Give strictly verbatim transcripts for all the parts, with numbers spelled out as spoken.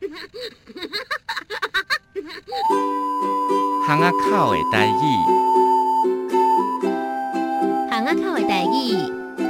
巷仔口的台语， 巷仔口的台语。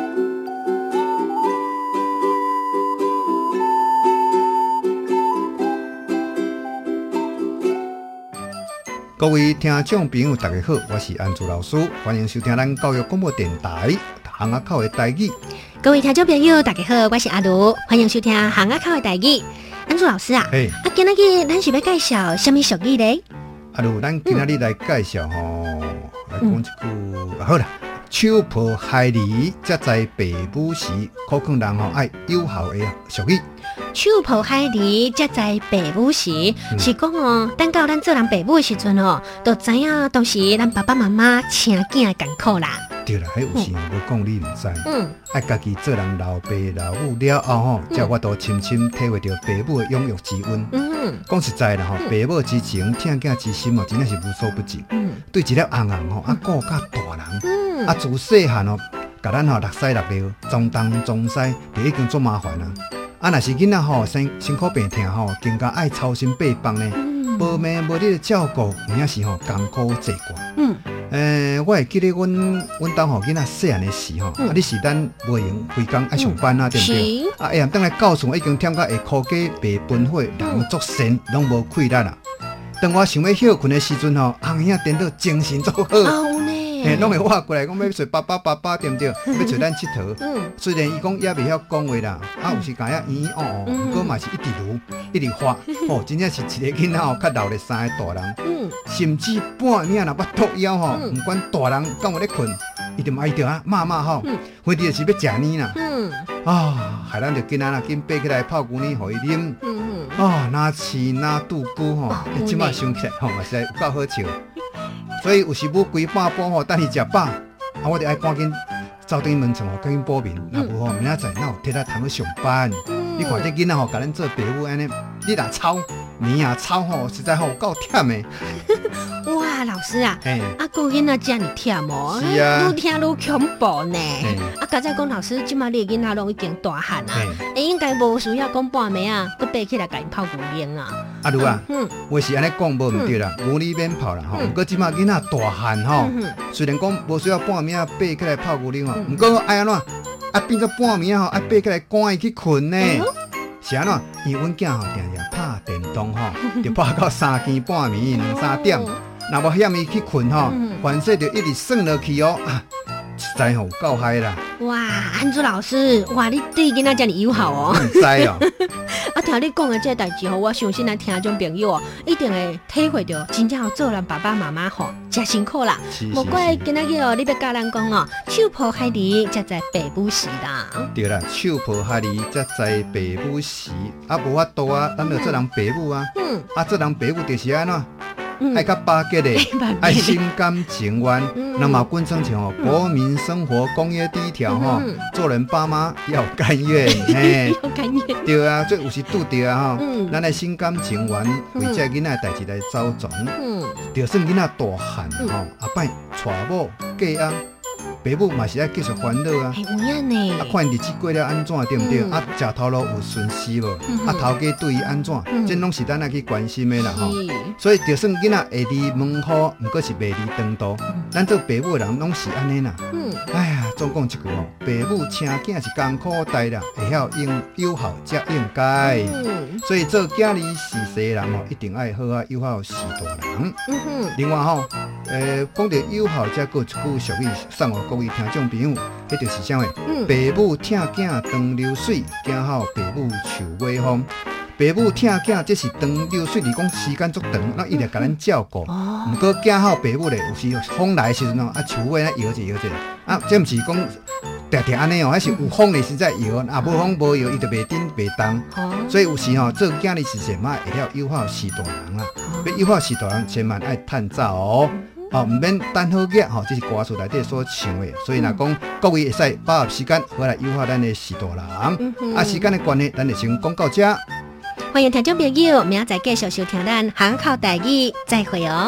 各位听众朋友大家好，我是安珠老师，欢迎收听咱教育广播电台巷仔口的台语。 各位听众朋友大家好，我是阿卢，欢迎收听巷仔口的台语。安珠老师啊， 嘿， 啊，今仔日咱是要介绍什么俗语呢？ 阿如咱今仔日来介绍吼、嗯，来讲一句、嗯啊、好啦，手抱孩儿，才知爸母时，可劝人吼爱有效的俗语。 手抱孩儿，才知爸母时，嗯、是讲哦，等到咱做人爸母的时阵哦，都知影当时咱爸爸妈妈请囝的艰苦啦。 对啦，迄有时无讲你唔知， 嗯， 爱家己做人老爸老母了后吼，才我都深深体会到爸母的养育之恩。嗯，讲实在啦吼，爸母之情、疼囝之心哦，真正是无所不尽。嗯，对一粒红红吼，啊顾甲大人，嗯，啊自细汉哦，甲咱吼六西六尿，从东从西，就已經足麻烦啦。啊，若是囡仔吼，身身躯病痛吼，更加爱操心八方呢，无眠无日的照顾，有影是吼艰苦济寡。嗯。诶、欸，我会记得阮阮兜吼囡仔细汉的时吼，嗯、啊，你是咱袂用规工爱上班啊，嗯、对不对？啊，下暗当来教训，已经忝到下箍家白分火，人作神，拢无气力啦。当我想要休困的时阵吼，红兄颠倒精神足好。 哦呢。 嘿，拢会活过来，讲要找爸爸爸爸，对不对？要找咱佚佗。嗯。虽然伊讲也袂晓讲话啦，啊，有时间也咿咿哦哦，不过嘛是一直撸，一直发。哦，真正是一个囡仔吼，较老了三个大人。嗯。甚至半暝若捌托枵吼，毋管大人敢有咧困，伊就爱着啊骂骂吼，非得是要食呢啦。嗯。啊，害咱着囡仔啦，紧爬起来泡牛奶互伊啉。嗯嗯。啊，哪饲哪肚咕吼，即摆想起来吼，嘛实在有够好笑。所以有时要规半晡吼，等伊食饱，啊，我着爱赶紧走进门床吼，赶紧补眠。若无吼，明仔载哪有体力通去上班？你看这囡仔吼，甲咱做爸母安尼，你若操，年啊操吼，实在吼够忝的。 哇，老师啊，啊，个囡仔遮尔忝哦， 是啊， 愈听愈恐怖呢。啊，刚才讲老师，即马你的囡仔拢已经大汉啊，哎，应该无需要讲半暝啊，佮爬起来甲因泡牛奶啊。啊， 如啊，嗯，我是安尼讲无毋对啦，牛奶免泡啦吼。不过即马囡仔大汉吼，虽然讲无需要半暝啊爬起来泡牛奶吼，不过爱安怎啊变做半暝吼，啊爬起来赶伊去困呢？是安怎？因为阮囝吼定定拍电动吼，就拍到三更半暝两三点。若无险伊去困吼，反正就一直算落去哦，啊，实在吼够嗨啦！ 哇，安珠老师，哇，你对囡仔遮尔友好哦！ 唔知哦， 啊，听你讲的这代志吼，我相信咱听众朋友哦，一定会体会到真正做人爸爸妈妈吼，真辛苦啦。无怪今仔日哦，你要教咱讲哦，手抱孩儿才知爸母时啦。 对啦，手抱孩儿才知爸母时，啊，无法度啊，咱着做人爸母啊。嗯。啊，做人爸母就是安怎？爱较巴结的，爱心甘情愿。那么滚成像吼，国民生活公约第一条吼，做人爸妈要甘愿， 嘿，要甘愿。 对啊，这有时拄着啊吼，咱爱心甘情愿为这囡仔代志来走从。就算囡仔大汉吼，阿摆娶某嫁翁。爸母嘛是爱继续烦恼啊， 有影呢。 啊，看日子过了安怎，对不对？嗯、啊，食头路有顺时无？嗯、啊，头家对伊安怎？嗯、这拢是咱爱去关心的啦吼。所以就算囡仔下离门户，毋过是袂离长途，嗯、咱做爸母的人拢是安尼啦。嗯，哎呀，总讲一句吼，爸母请囝是艰苦代啦，会晓用有效才应该。嗯、所以做囝儿是世人吼，一定爱好啊有效是大人。嗯哼。另外吼，诶，讲到有效，才有一句俗语送互各位听众朋友，迄就是啥货？嗯、爸母疼囝长流水，囝好爸母树尾风。爸母疼囝，这是长流水，是讲时间足长，那伊来甲咱照顾。哦。毋过囝好爸母咧，有时风来的时阵哦，啊树尾咧摇一摇者，啊，这毋是讲定定安尼哦，还是有风的时在摇，啊无风无摇，伊就袂顶袂动。哦。所以有时吼、哦，做囝的时阵嘛，会晓友好是大人啦。哦、要友好是大人，千万爱趁早哦。哦，唔免等好日吼，这是歌词内底所唱的，所以若讲各位会使把握时间，好来优化咱的时大人。嗯、啊，时间的关系，咱就先讲到这。 欢迎听众朋友，明仔载继续收听咱巷口台语，再会哦。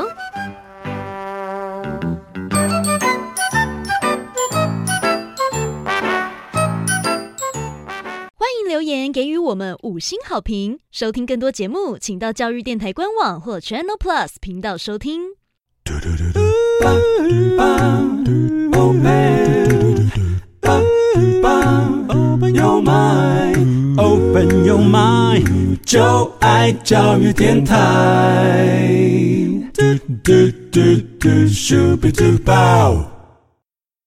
留言给予我们五星好评。收听更多节目，请到教育電台官網或 Channel Plus 頻道收聽。Open your mind, open your mind， 就愛教育電台。